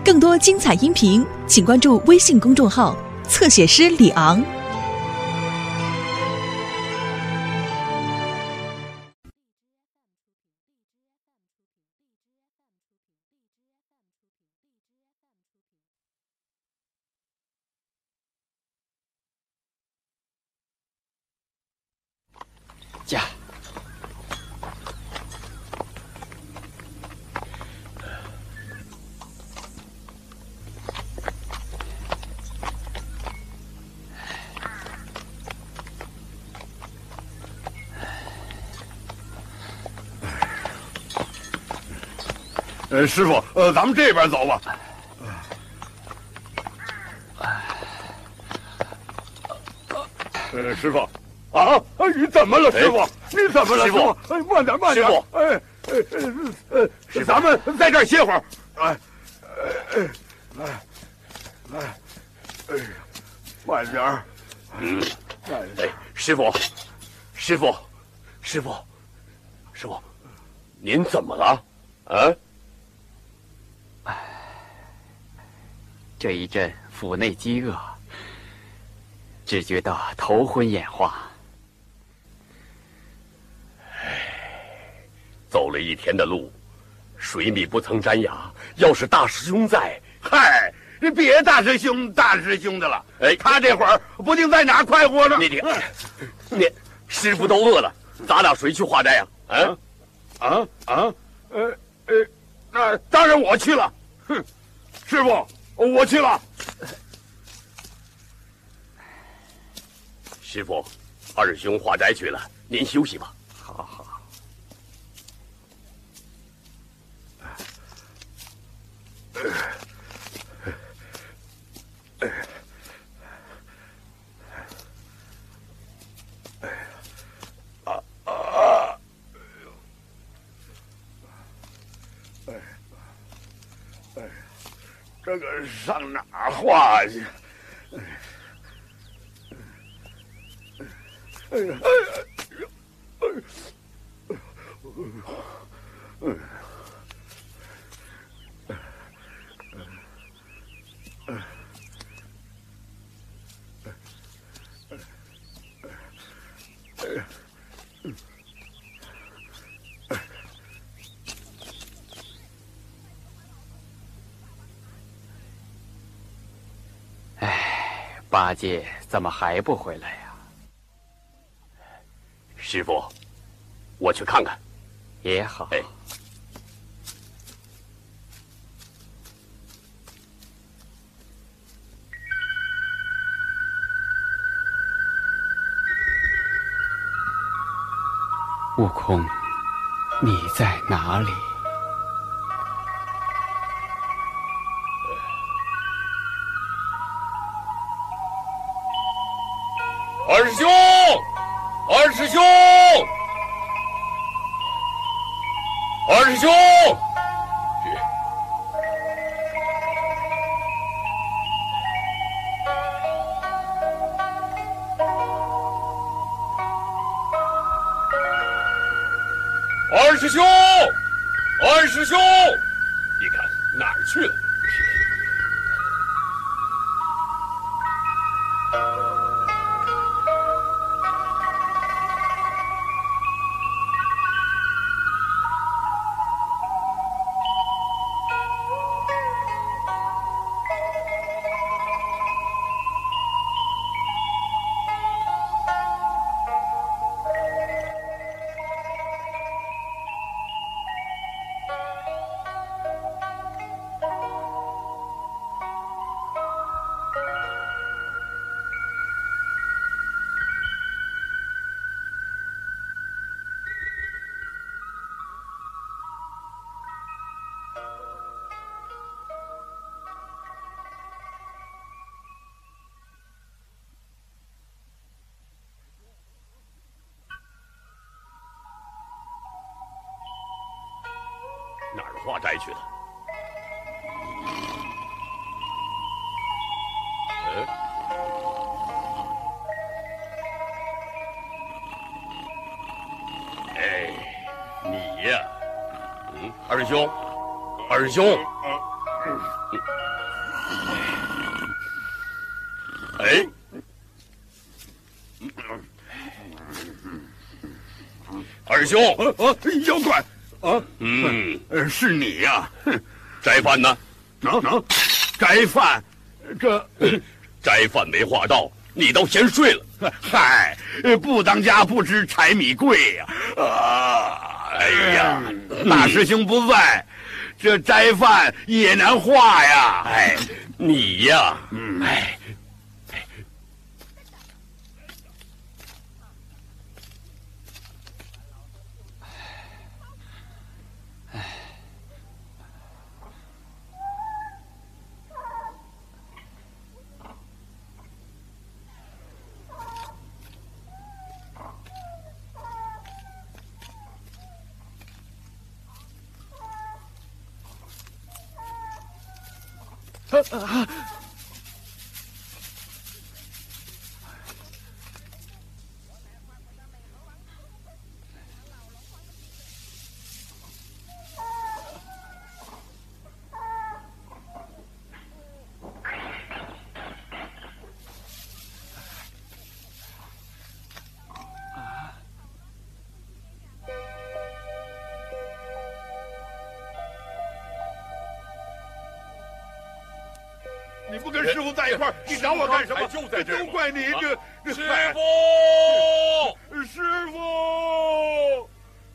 更多精彩音频，请关注微信公众号“侧写师李昂”。 驾！ 师傅，咱们这边走吧。师傅，啊，你怎么了，师傅？你怎么了，师傅？慢点，慢点。师傅，咱们在这儿歇会儿。慢点儿。 师傅，您怎么了？啊？ 这一阵腹内饥饿，只觉得头昏眼花。 走了一天的路，水米不曾沾牙。要是大师兄在， 嗨，你别大师兄的了。他这会儿不定在哪儿快活呢。 你师傅都饿了，咱俩谁去化斋呀？ 那当然我去了。哼，师傅。我去了。 师傅，二兄化斋去了，您休息吧。 好。 这个上哪儿画去？ 八戒怎么还不回来呀？ 师傅，我去看看。 也好。悟空，你在哪里？ 二师兄，二师兄，二师兄！二师兄，二师兄！你看哪儿去了？哪儿化斋去了？你呀，二师兄，二师兄， 哎，二兄， 妖怪啊，是你呀！ 斋饭呢？ 斋饭，这斋饭没话到，你倒先睡了。 嗨，不当家不知柴米贵呀！哎呀，大师兄不在，这斋饭也难化呀！ 哎，你呀，哎。 你不跟师傅在一块儿，你找我干什么？ 就在这儿， 都怪你这师傅， 师傅。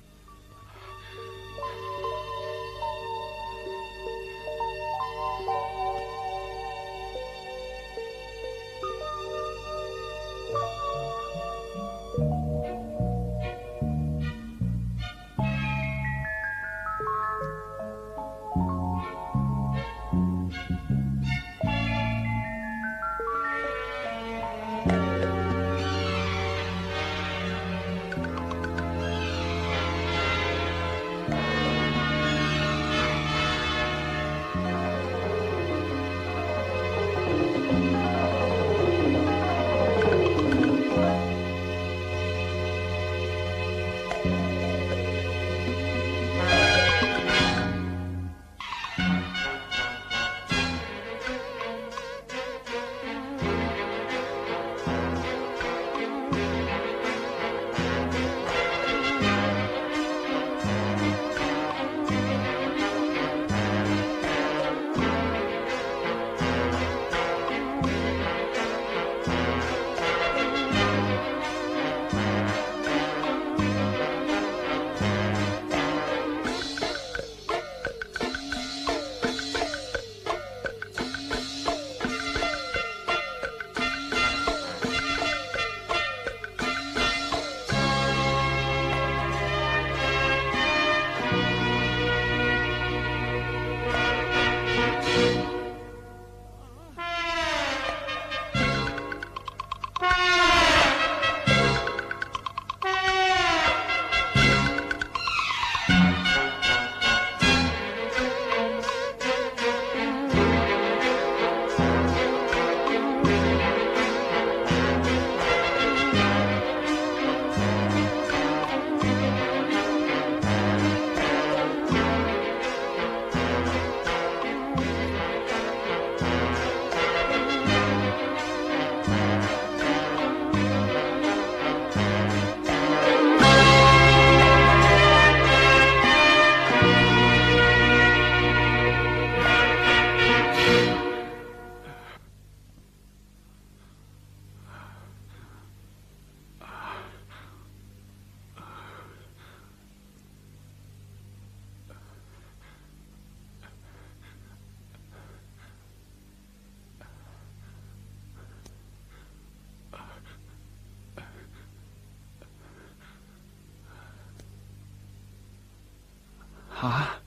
啊！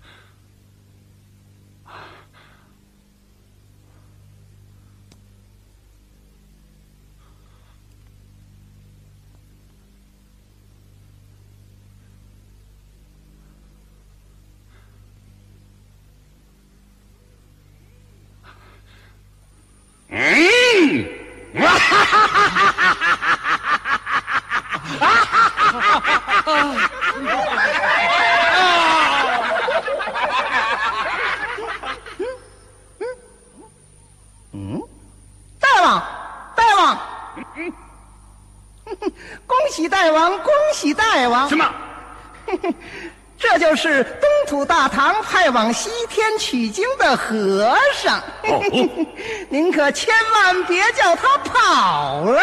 喜大王，恭喜大王！ 什么？ 这就是东土大唐派往西天取经的和尚。 哦， 您可千万别叫他跑了。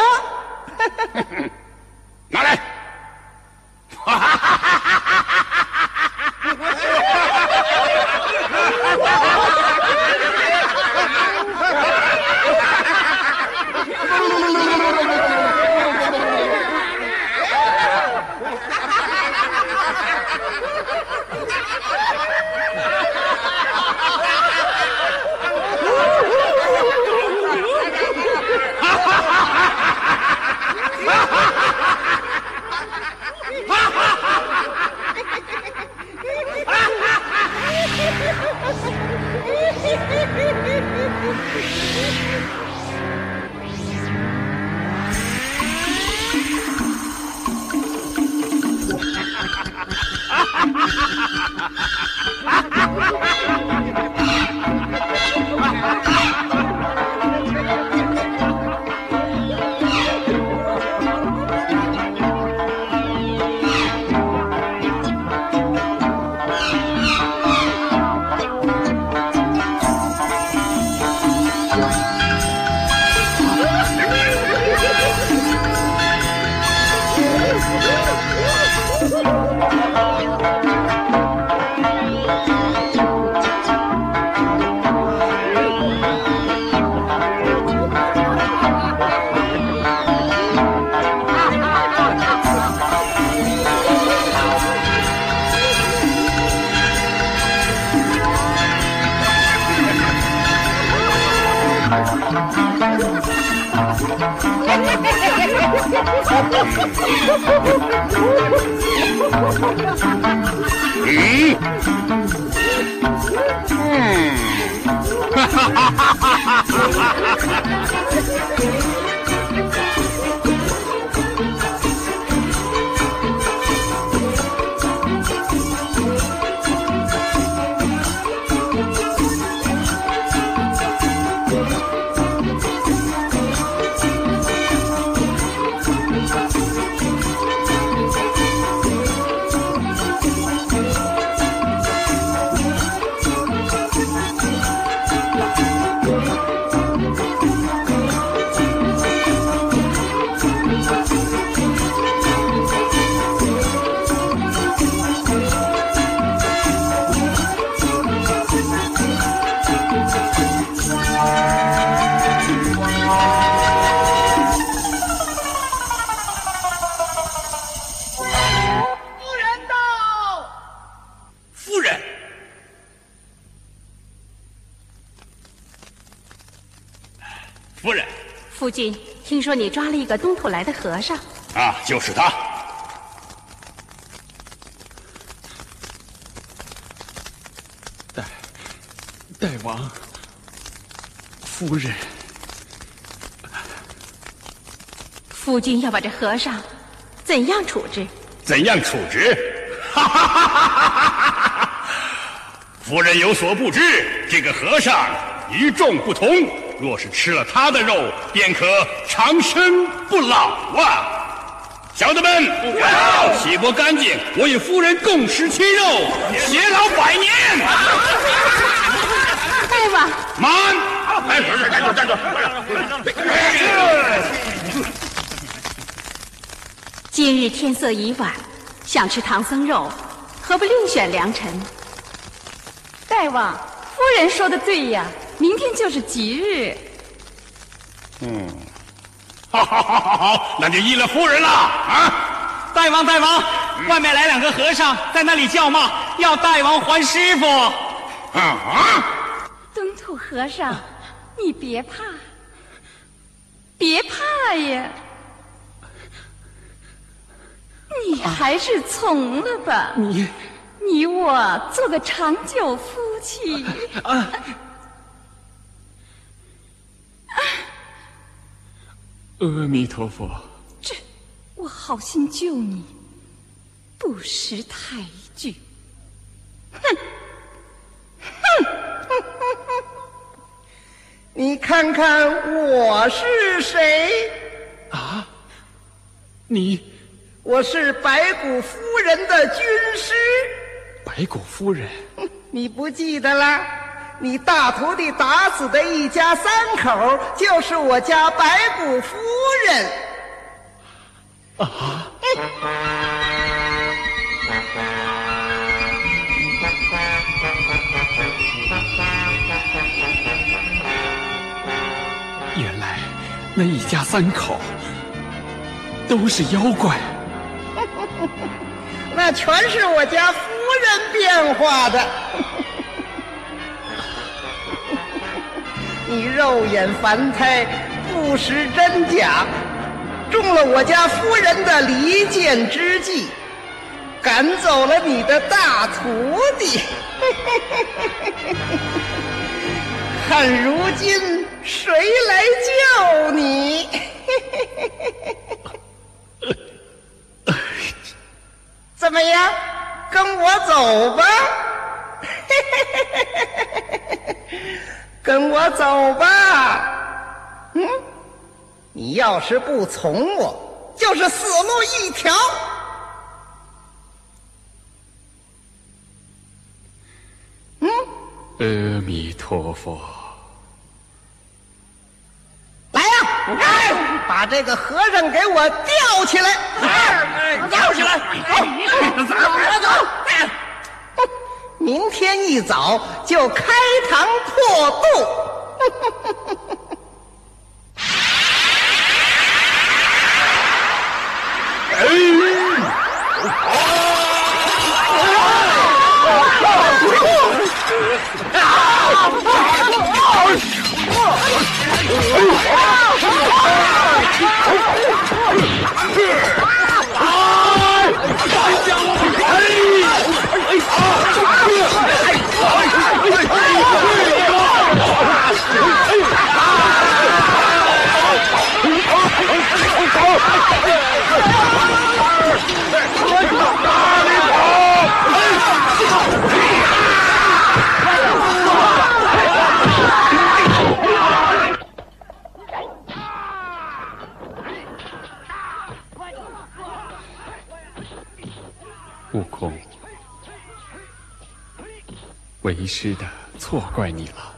拿来！ 夫人， 夫君，听说你抓了一个东土来的和尚。 啊，就是他。 大王，夫人， 夫君要把这和尚怎样处置？ 怎样处置？哈哈哈哈哈哈！夫人有所不知，这个和尚与众不同，若是吃了他的肉，便可长生不老啊！小子们，洗不干净，我与夫人共食其肉，偕老100年。 大王， 慢！ 哎，站住！ 今日天色已晚，想吃唐僧肉，何不另选良辰？ 大王，夫人说的对呀，明天就是吉日。 好，那就依了夫人了啊！ 大王，外面来2个和尚在那里叫骂，要大王还师傅。 东土和尚，你别怕，别怕呀，你还是从了吧。你我做个长久夫妻。 阿弥陀佛。 这，我好心救你，不识抬举。 你看看我是谁？ 啊，你我是白骨夫人的军师。 白骨夫人？ 你不记得了？你大徒弟打死的一家三口，就是我家白骨夫人。 啊！原来那一家三口都是妖怪。 那全是我家夫人变化的。你肉眼凡胎，不识真假，中了我家夫人的离间之计，赶走了你的大徒弟。看如今谁来救你？怎么样，跟我走吧。跟我走吧。你要是不从我，就是死路一条。 阿弥陀佛。 来呀，把这个和尚给我吊起来。吊起来。走。明天一早就开膛破肚。 悟空，为师的错怪你了。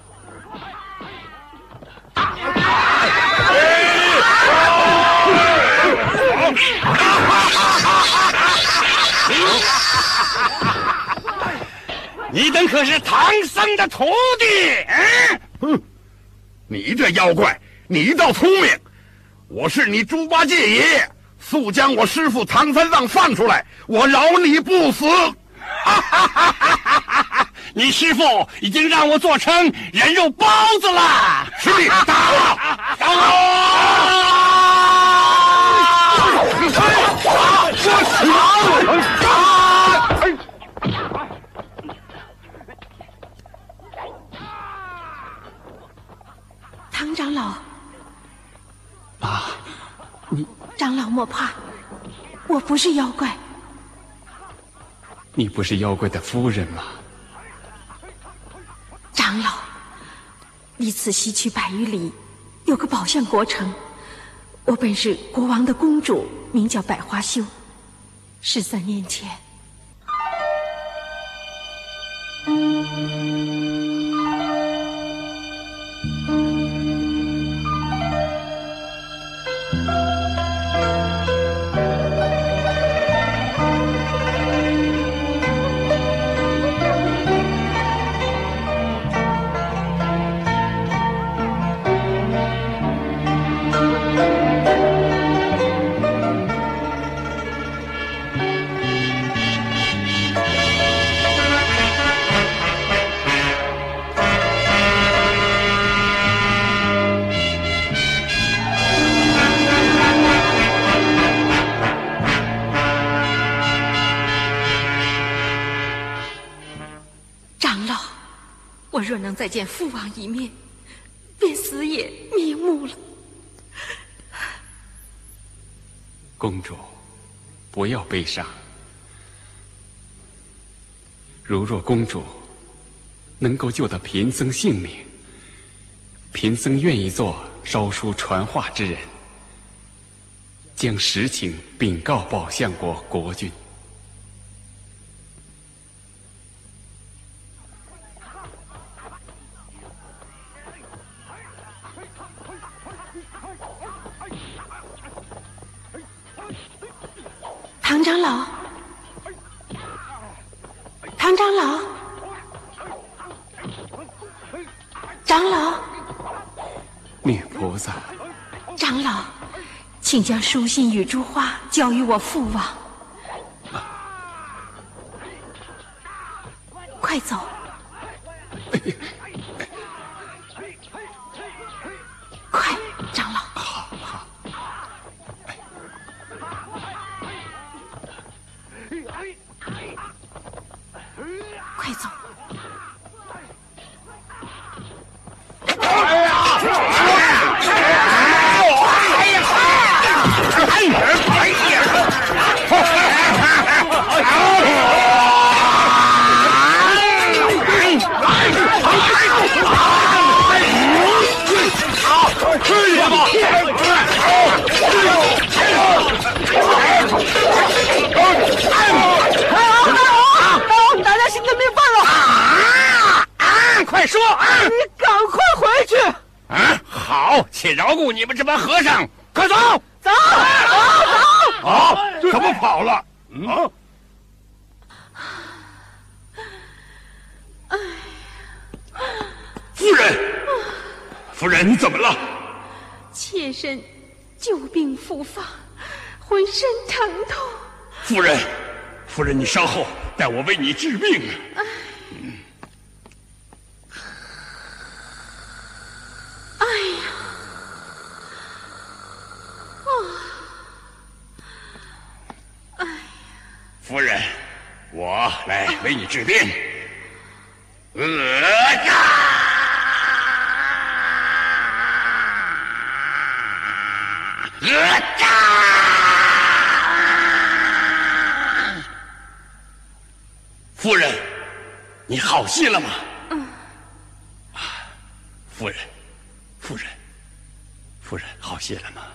你等可是唐僧的徒弟？你这妖怪，你倒聪明！我是你猪八戒爷爷，速将我师父唐三藏放出来，我饶你不死！ 你师父已经让我做成人肉包子了。 师弟，打！ 唐长老， 你长老莫怕，我不是妖怪。 你不是妖怪的夫人吗？ 长老，离此西去100余里，有个宝象国城，我本是国王的公主，名叫百花羞。13年前。我若能再见父王一面，便死也瞑目了。 公主，不要悲伤。如若公主能够救得贫僧性命，贫僧愿意做烧书传话之人， 将实情禀告宝相国国君。 唐长老，唐长老，长老， 女菩萨， 长老，请将书信与珠花交与我父王。快走！快，长老。 好。 快走！ 大家心里没饭了！ 快说！ 你赶快回去！ 好，且饶过你们这帮和尚，快走！ 走！ 怎么跑了？夫人，你怎么了？ 妾身旧病复发，浑身疼痛。 夫人，你稍后，待我为你治病。 哎呀！ 夫人，我来为你治病。夫人，你好些了吗？夫人，好些了吗？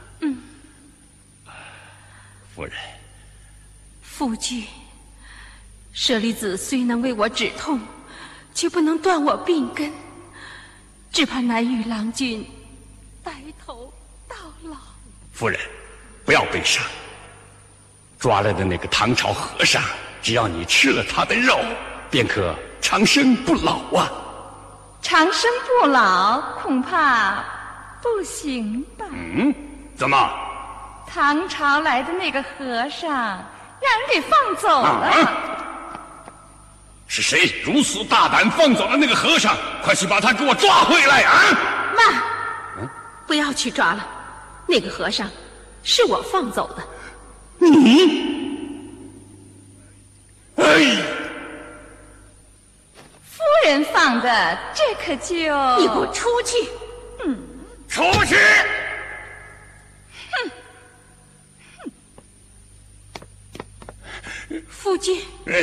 夫人， 夫君，舍利子虽能为我止痛，却不能断我病根，只怕难与郎君白头到老。 夫人，不要悲伤。抓来的那个唐朝和尚，只要你吃了他的肉，便可长生不老啊！ 长生不老恐怕不行吧？ 怎么？ 唐朝来的那个和尚让人给放走了。 是谁如此大胆放走了那个和尚？快去把他给我抓回来啊！ 慢，不要去抓了，那个和尚是我放走的。 你？哎！ 夫人放的，这可就…… 你给我出去！ 出去！ 夫君，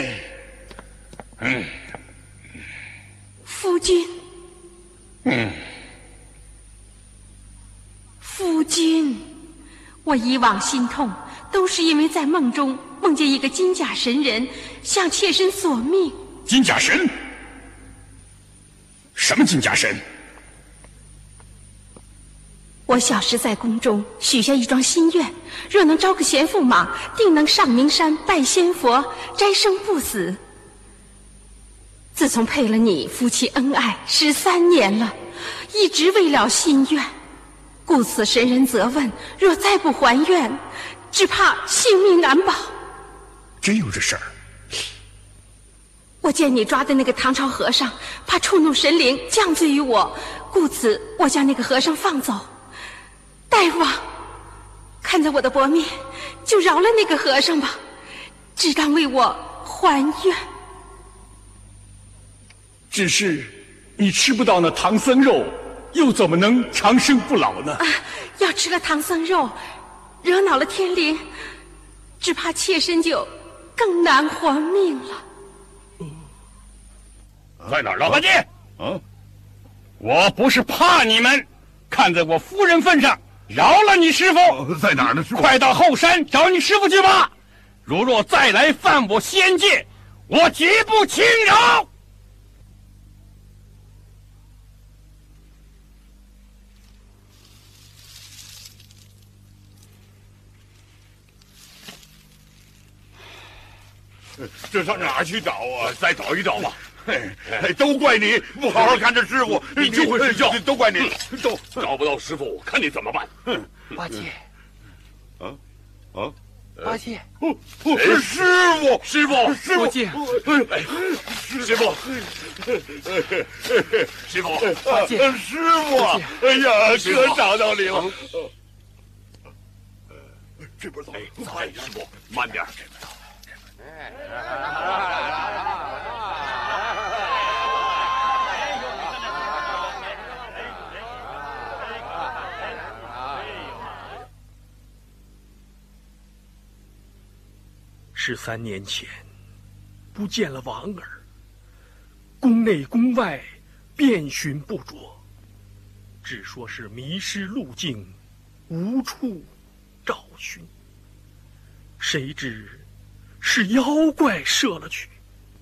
夫君，夫君，我以往心痛，都是因为在梦中梦见一个金甲神人向妾身索命。 金甲神？什么金甲神？ 我小时在宫中许下一桩心愿，若能招个贤驸马，定能上名山拜仙佛，斋生不死。自从配了你，夫妻恩爱13年了，一直未了心愿，故此神人责问，若再不还愿，只怕性命难保。 真有这事儿？ 我见你抓的那个唐朝和尚，怕触怒神灵，降罪于我，故此我将那个和尚放走。大王，看在我的薄面，就饶了那个和尚吧，只当为我还愿。 只是你吃不到那唐僧肉，又怎么能长生不老呢？ 要吃了唐僧肉，惹恼了天灵，只怕妾身就更难还命了。 在哪儿，老八戒？我不是怕你们，看在我夫人份上， 饶了你师傅。 在哪儿呢？师傅， 快到后山找你师傅去吧。如若再来犯我仙界，我绝不轻饶。 这上哪儿去找啊？再找一找吧。都怪你不好好看着师傅，你就会睡觉。都怪你， 都找不到师傅，我看你怎么办。 八戒，八戒， 师傅， 师傅， 八戒， 师傅，师傅， 八戒， 师傅，哎呀，哥找到你了。这边走， 哎，师傅，慢点。 13年前，不见了王儿，宫内宫外遍寻不着，只说是迷失路径，无处找寻。谁知是妖怪射了去。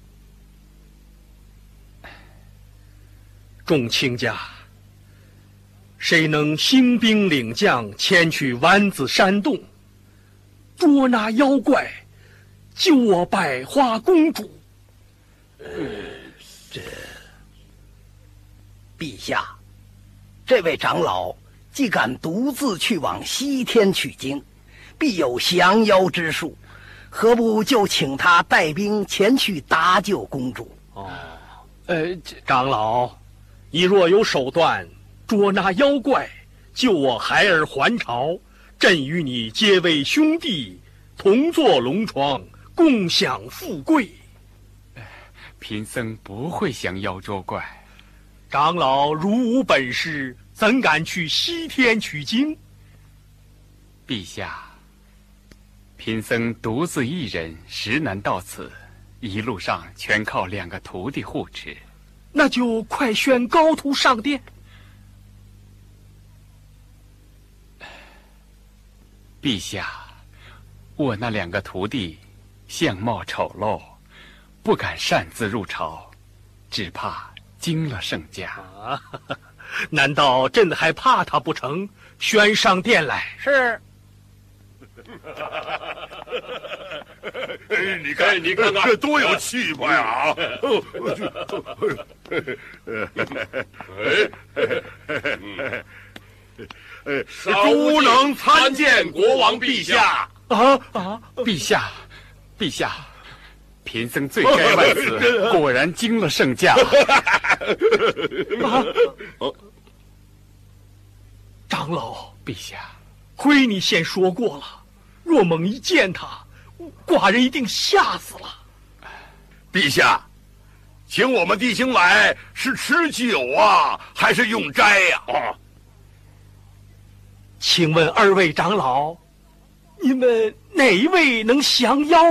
众卿家，谁能兴兵领将前去湾子山洞，捉拿妖怪，救我百花公主？ 陛下，这位长老既敢独自去往西天取经，必有降妖之术，何不就请他带兵前去搭救公主？ 长老，你若有手段捉拿妖怪，救我孩儿还朝，朕与你结为兄弟，同坐龙床，共享富贵。 贫僧不会降妖捉怪。 长老如无本事，怎敢去西天取经？ 陛下，贫僧独自一人，实难到此，一路上全靠2个徒弟护持。 那就快宣高徒上殿。 陛下，我那2个徒弟相貌丑陋，不敢擅自入朝，只怕惊了圣驾。 难道朕还怕他不成？宣上殿来。 是。 你看，这多有气派啊！ 吾能参见国王陛下。 陛下，贫僧罪该万死，果然惊了圣驾。 长老， 陛下， 亏你先说过了，若猛一见他，寡人一定吓死了。 陛下，请我们弟兄来是吃酒啊，还是用斋呀？ 请问2位长老，你们哪一位能降妖？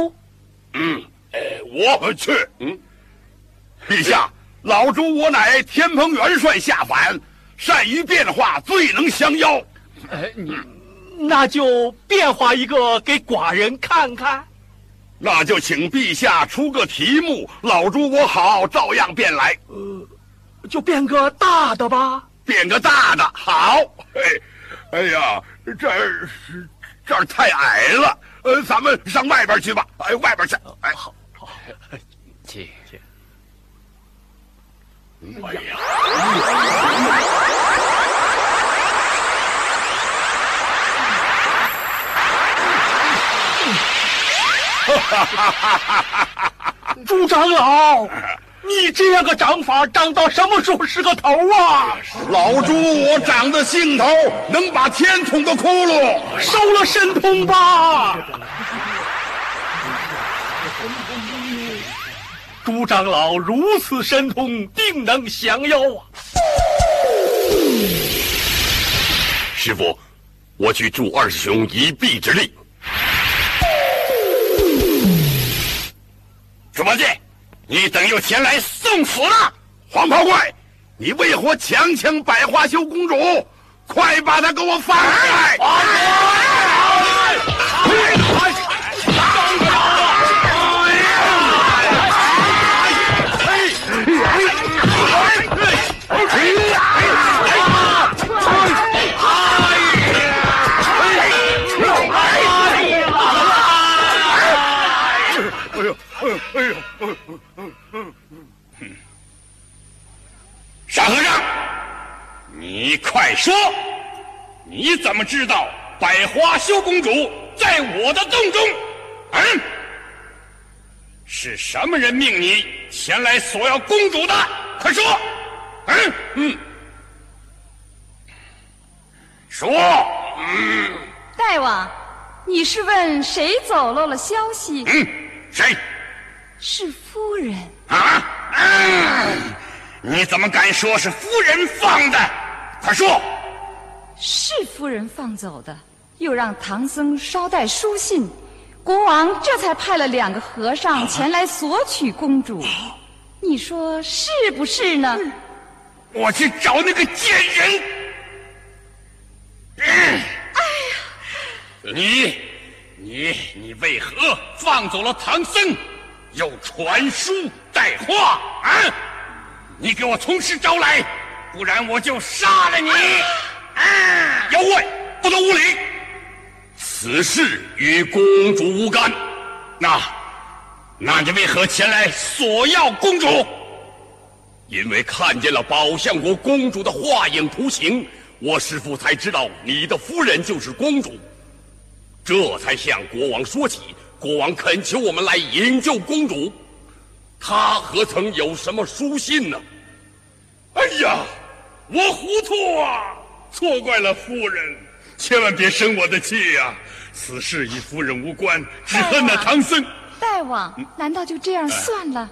我去。陛下，老猪我乃天蓬元帅下凡，善于变化，最能降妖。 那就变化一个给寡人看看。 那就请陛下出个题目，老猪我好照样变来。 就变个大的吧。 变个大的好。哎呀，这儿太矮了，咱们上外边去吧。外边去。 好， 请。 哎呀！ 朱长老，你这样个长法，长到什么时候是个头啊？ 老朱，我长的兴头能把天捅个窟窿， 收了神通吧。朱长老如此神通，定能降妖啊！ 师傅，我去助2师兄一臂之力。 猪八戒，你等又前来送死了！黄袍怪，你为何强抢百花羞公主， 快把他给我放下来！ 傻和尚，你快说，你怎么知道百花羞公主在我的洞中？是什么人命你前来索要公主的？快说！说！ 大王，你是问谁走漏了消息？ 谁？ 是夫人。 你怎么敢说是夫人放的？快说！ 是夫人放走的，又让唐僧捎带书信，国王这才派了2个和尚前来索取公主。你说是不是呢？ 我去找那个贱人！你为何放走了唐僧，又传书带话啊？你给我从实招来，不然我就杀了你！妖怪，不得无礼！此事与公主无干。那你为何前来索要公主？ 因为看见了宝相国公主的画影图形，我师父才知道你的夫人就是公主，这才向国王说起。国王恳求我们来营救公主，他何曾有什么书信呢？ 哎呀，我糊涂啊，错怪了夫人，千万别生我的气呀！此事与夫人无关，只恨那唐僧。 大王，难道就这样算了？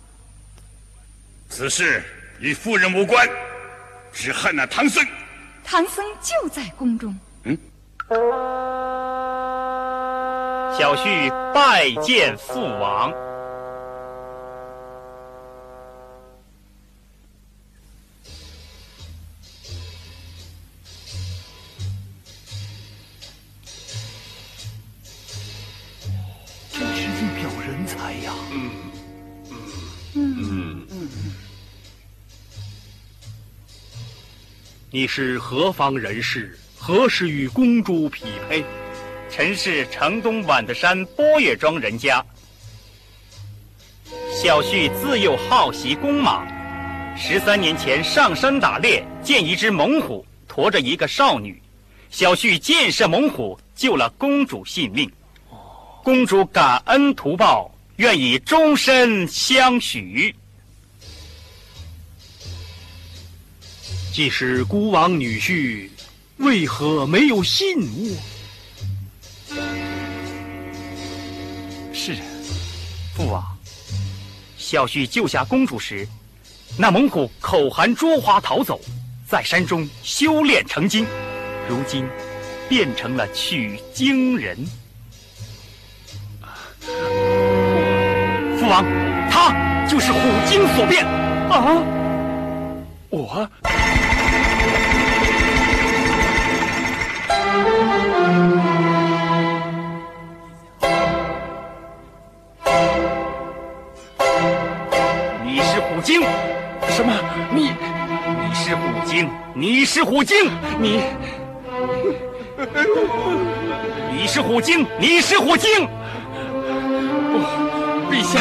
此事与夫人无关，只恨那唐僧。 唐僧就在宫中。 小婿拜见父王。 真是一表人才呀！你是何方人士？何时与公主匹配？ 臣是城东宛的山波月庄人家。小婿自幼好习弓马，13年前上山打猎，见一只猛虎驮着一个少女，小婿箭射猛虎，救了公主性命。公主感恩图报，愿以终身相许。 既是孤王女婿，为何没有信物？ 是，父王，小婿救下公主时，那猛虎口含捉花逃走，在山中修炼成精，如今变成了取经人。父王，他就是虎精所变。 我。 你是虎精？ 什么？你是虎精？你是虎精？你是虎精？你是虎精？ 陛下。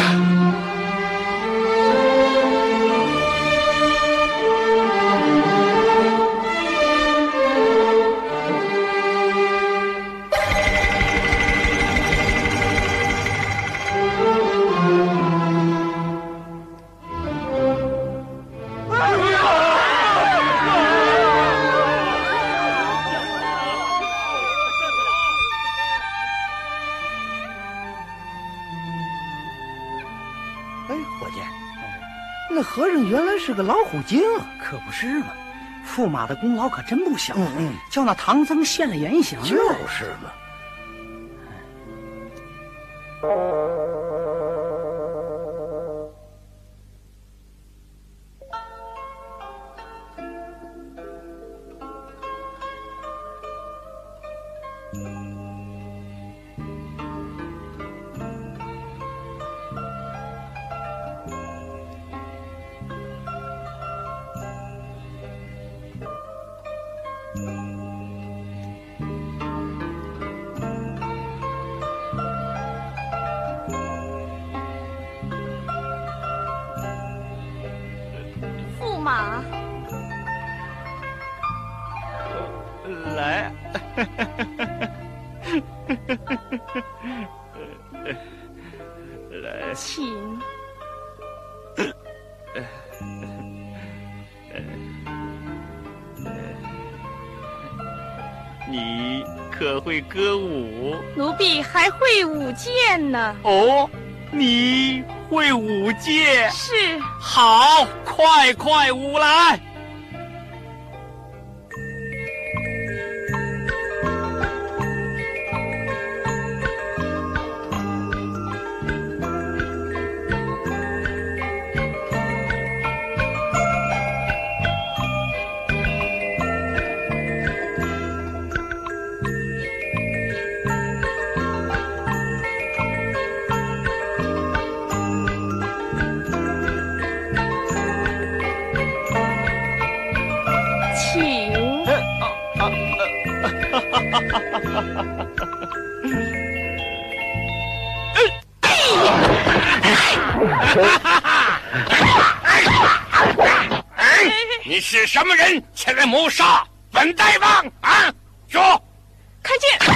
那和尚原来是个老虎精啊！ 可不是嘛，驸马的功劳可真不小。叫那唐僧现了原形。 就是嘛。 驸马， 来。来， 请。 你可会歌舞？ 奴婢还会舞剑呢。 哦，你会舞剑？ 是。 好，快舞来！ 你是什么人前来谋杀本大王啊？说， 看见。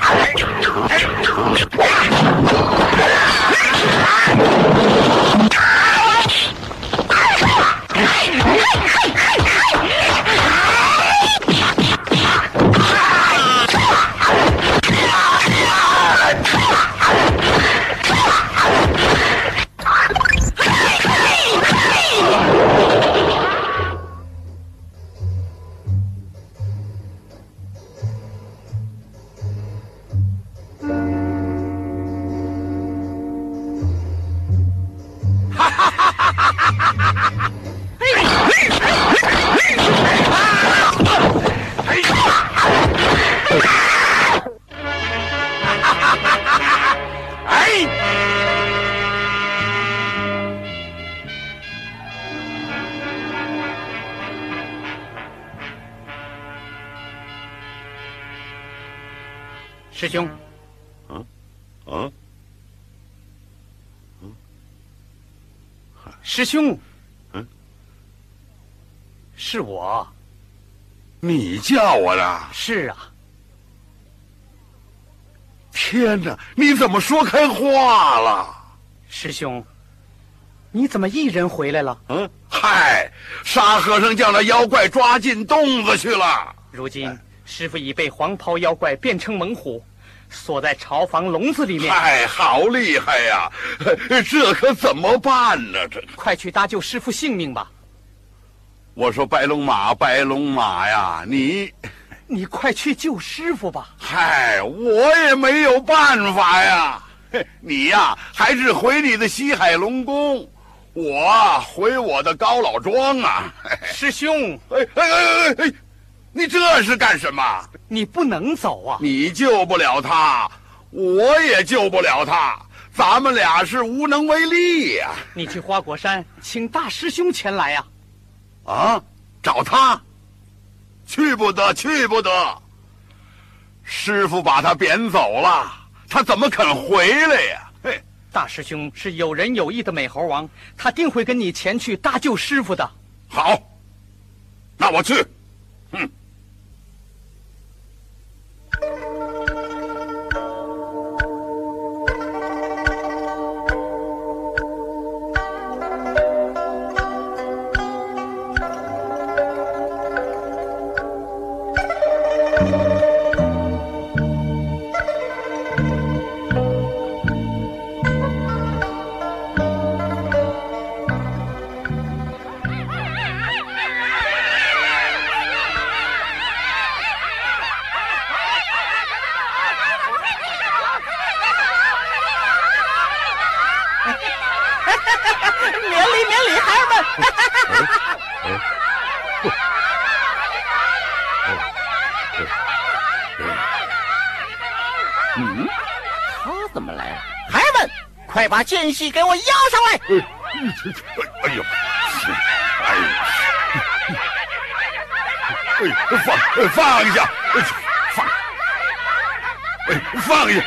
师兄，师兄，是我。 你叫我的？ 是啊。 天哪，你怎么说开话了？ 师兄，你怎么一人回来了？ 嗨，沙和尚将那妖怪抓进洞子去了。 如今师傅已被黄袍妖怪变成猛虎，锁在巢房笼子里面。 嗨，好厉害呀！这可怎么办呢？这快去搭救师傅性命吧！ 我说白龙马呀， 你快去救师傅吧！ 嗨，我也没有办法呀。你呀，还是回你的西海龙宫，我回我的高老庄啊。 师兄， 你这是干什么？ 你不能走啊！ 你救不了他，我也救不了他，咱们俩是无能为力呀。 你去花果山请大师兄前来呀。 找他？去不得，去不得！师傅把他贬走了，他怎么肯回来呀？ 大师兄是有仁有义的美猴王，他定会跟你前去搭救师傅的。 好，那我去。 免礼，孩儿们！他怎么来了？孩儿们，快把间隙给我腰上来！ 哎呦， 放下，放下，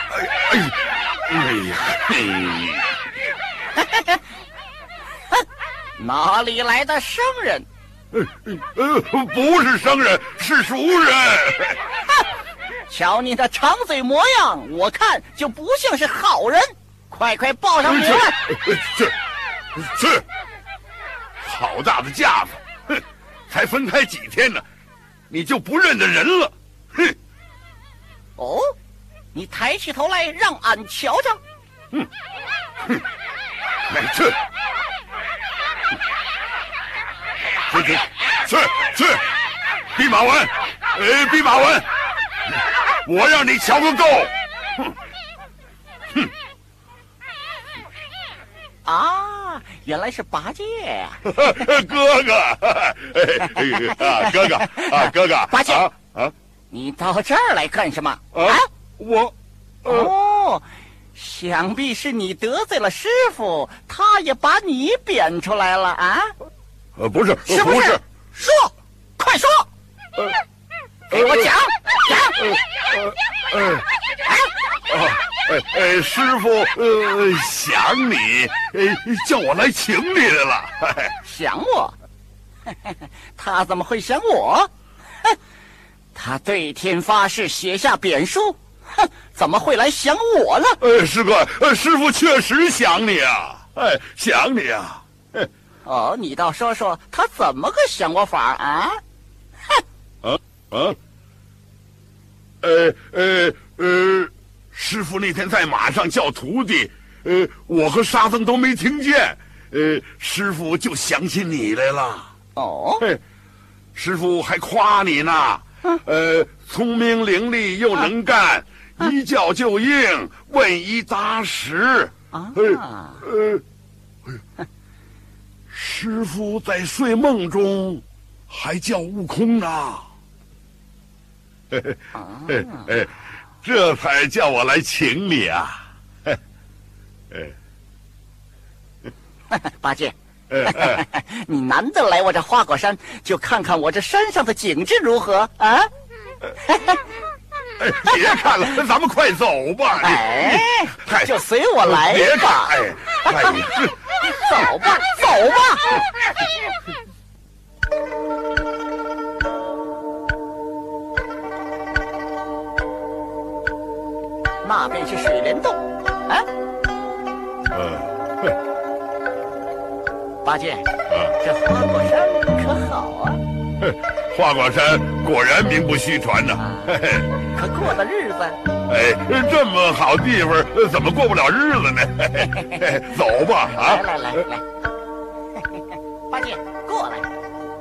哪里来的生人？ 不是生人，是熟人。 瞧你的长嘴模样，我看就不像是好人。快报上名来！ 是，好大的架子！哼，才分开几天呢，你就不认得人了？哼！ 哦，你抬起头来，让俺瞧瞧。 去，弼马温，弼马温，我让你瞧个够！ 啊，原来是八戒呀！ 哥哥， 八戒啊，你到这儿来干什么？ 我想必是你得罪了师傅，他也把你贬出来了啊？ 不是， 是不是？说，快说！给我讲。 师傅，想你，叫我来请你来了。 想我？他怎么会想我？他对天发誓，写下贬书，怎么会来想我呢？ 师哥，师傅确实想你啊，想你啊。 哦，你倒说说他怎么个想我法啊？ 师傅那天在马上叫徒弟，我和沙僧都没听见，师傅就想起你来了。 哦， 师傅还夸你呢，聪明伶俐又能干，一叫就应，问一答十。师傅在睡梦中还叫悟空呢。这才叫我来请你啊！ 八戒，你难得来我这花果山，就看看我这山上的景致如何啊？ 别看了，咱们快走吧！ 就随我来吧！ 别看， 走吧，走吧！那便是水帘洞，啊？八戒，这花果山可好啊？ 花果山果然名不虚传呐。 可过了日子？ 这么好地方，怎么过不了日子呢？走吧，啊！ 来，八戒，过来。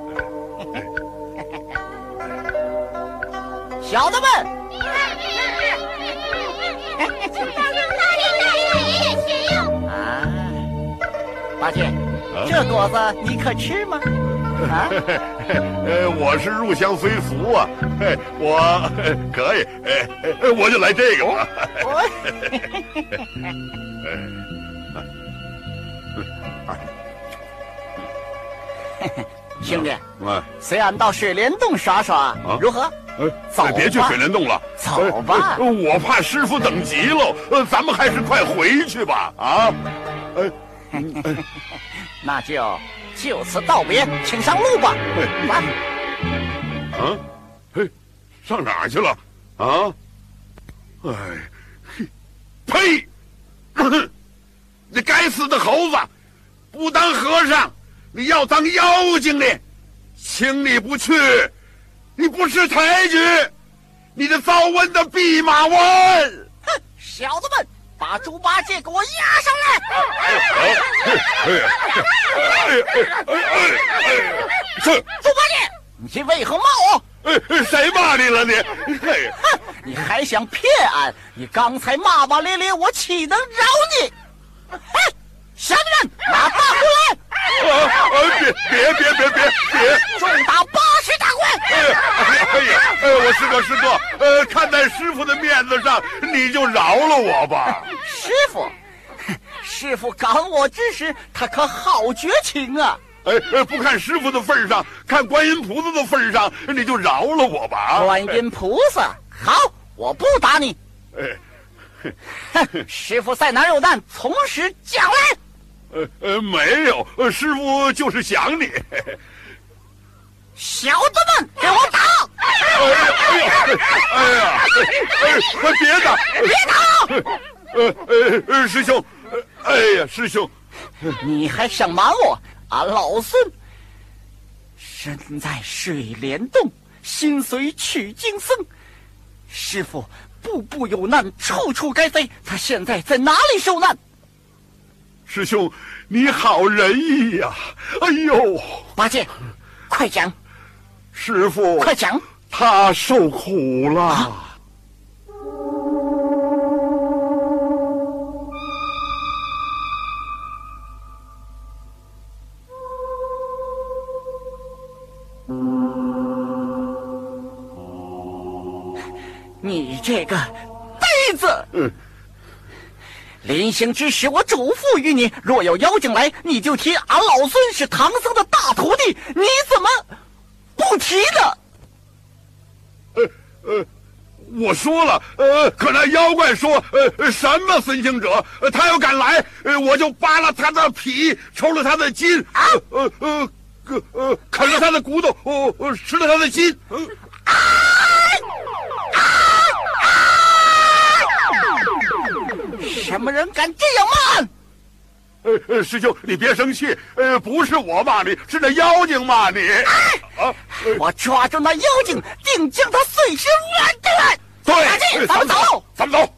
小子们。八戒，这果子你可吃吗？啊？ 我是入乡随俗啊，我可以，我就来这个吧。 兄弟，随俺到水帘洞耍耍，如何？走吧， 别去水帘洞了， 走吧。 我怕师傅等急喽，咱们还是快回去吧。啊， 那就此道别，请上路吧。 上哪儿去了？啊？呸！你该死的猴子，不当和尚，你要当妖精呢！请你不去，你不识抬举，你的早晚的弼马温！ 哼，小子们，把猪八戒给我押上来！ 是猪八戒，你为何骂我？ 谁骂你了你？ 哼，你还想骗俺？你刚才骂骂咧咧，我岂能饶你？哼，乡人，拿大棍来！别！重打80大棍！ 我师哥，看在师傅的面子上，你就饶了我吧。 师傅赶我之时，他可好绝情啊！ 不看师傅的份上，看观音菩萨的份上，你就饶了我吧。 观音菩萨，好，我不打你。师傅在哪儿有难，从实讲来。 没有，师傅就是想你。 小子们，给我打！ 别打！ 别打！ 师兄，师兄， 你还想瞒我？俺老孙身在水帘洞，心随取经僧。师傅步步有难，处处该飞，他现在在哪里受难？ 师兄，你好仁义呀！哎呦， 八戒，快讲！ 师傅， 快讲！ 他受苦了。 你这个呆子！临行之时，我嘱咐于你，若有妖精来，你就提俺老孙是唐僧的大徒弟。你怎么不提呢？ 我说了，可那妖怪说，什么孙行者，他要敢来，我就扒了他的皮，抽了他的筋，啃了他的骨头，吃了他的心。 什么人敢这样骂？ 师兄，你别生气，不是我骂你，是那妖精骂你。 我抓住那妖精，定将他碎尸万段。 对， 咱们走， 咱们走。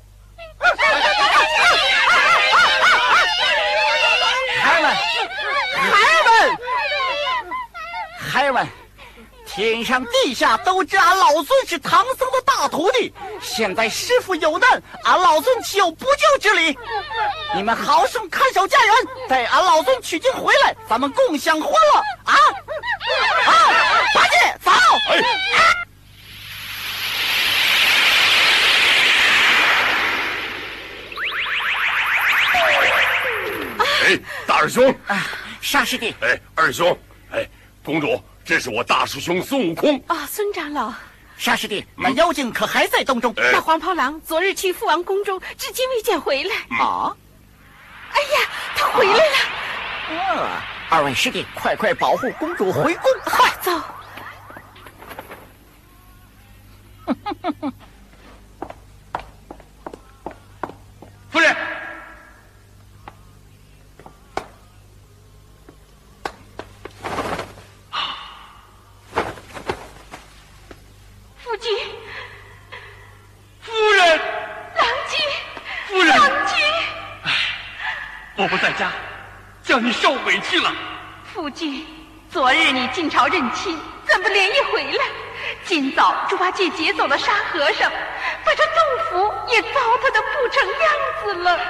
孩儿们，天上地下都知俺老孙是唐僧的大徒弟。现在师傅有难，俺老孙岂有不救之理？你们好生看守家园，待俺老孙取经回来，咱们共享欢乐啊！八戒，走！ 大二兄， 沙师弟， 二兄，公主，这是我大师兄孙悟空。 孙长老， 沙师弟，那妖精可还在洞中？ 那黄袍郎昨日去父王宫中，至今未见回来。哎呀，他回来了！ 二位师弟，快保护公主回宫！ 快走！ 夫人。 父亲， 夫人， 郎君， 夫人， 郎君， 我不在家，叫你受委屈了。 父君，昨日你进朝认亲，怎么连夜回来？今早猪八戒劫走了沙和尚，把这洞府也糟蹋得不成样子了。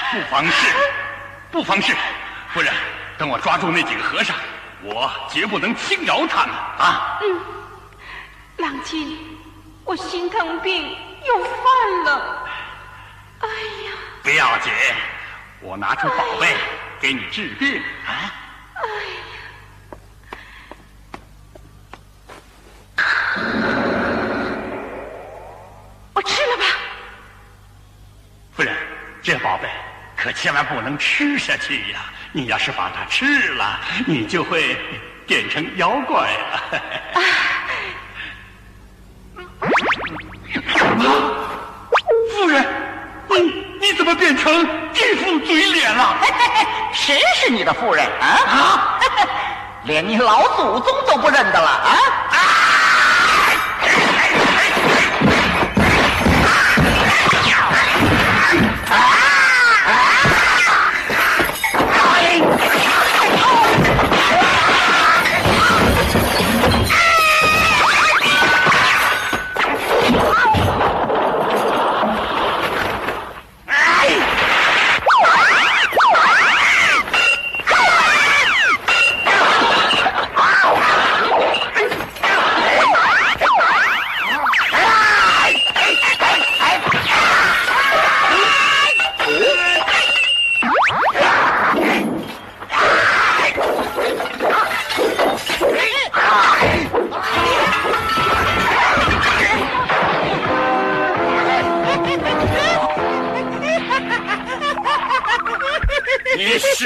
不妨事，夫人，等我抓住那几个和尚，我绝不能轻饶他们啊！ 郎君，我心疼病又犯了。哎呀， 不要紧，我拿出宝贝给你治病啊！ 哎呀，我吃了吧。 夫人，这宝贝可千万不能吃下去呀！你要是把它吃了，你就会变成妖怪了。夫人，你怎么变成这副嘴脸了？ 谁是你的夫人啊？连你老祖宗都不认得了啊！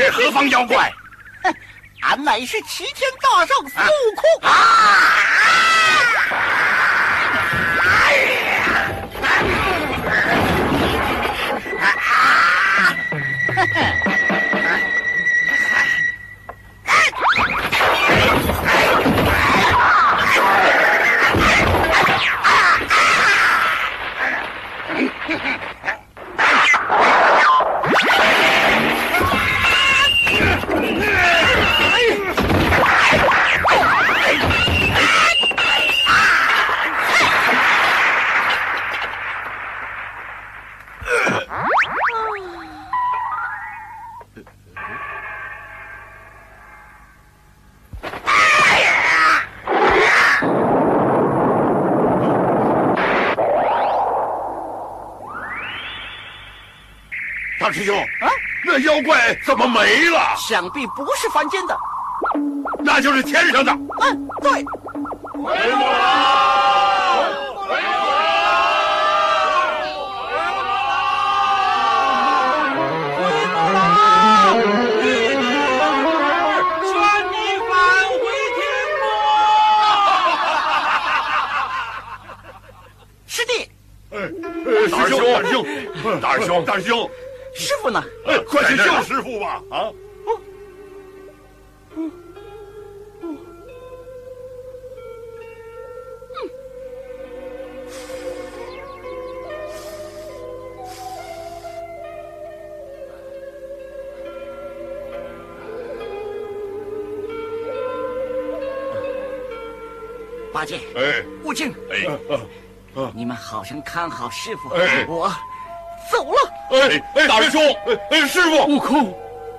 是何方妖怪？ 俺乃是齐天大圣孙悟空啊！ 大师兄，那妖怪怎么没了？ 想必不是凡间的， 那就是天上的。 对。 回母啦！回母啦！ 回母啦！玉女儿，宣你返回天国。师弟。 大师兄， 师傅呢？ 快去救师傅吧！啊！ 八戒，悟净，你们好生看好师傅。我走了。 大师兄，师傅， 悟空，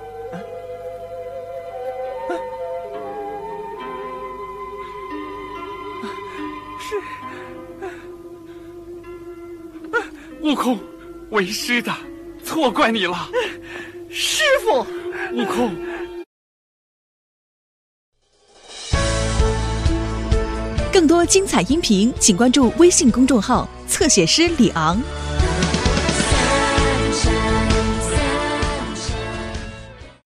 悟空，为师的错怪你了。 师傅， 悟空。 更多精彩音频，请关注微信公众号“侧写师李昂”。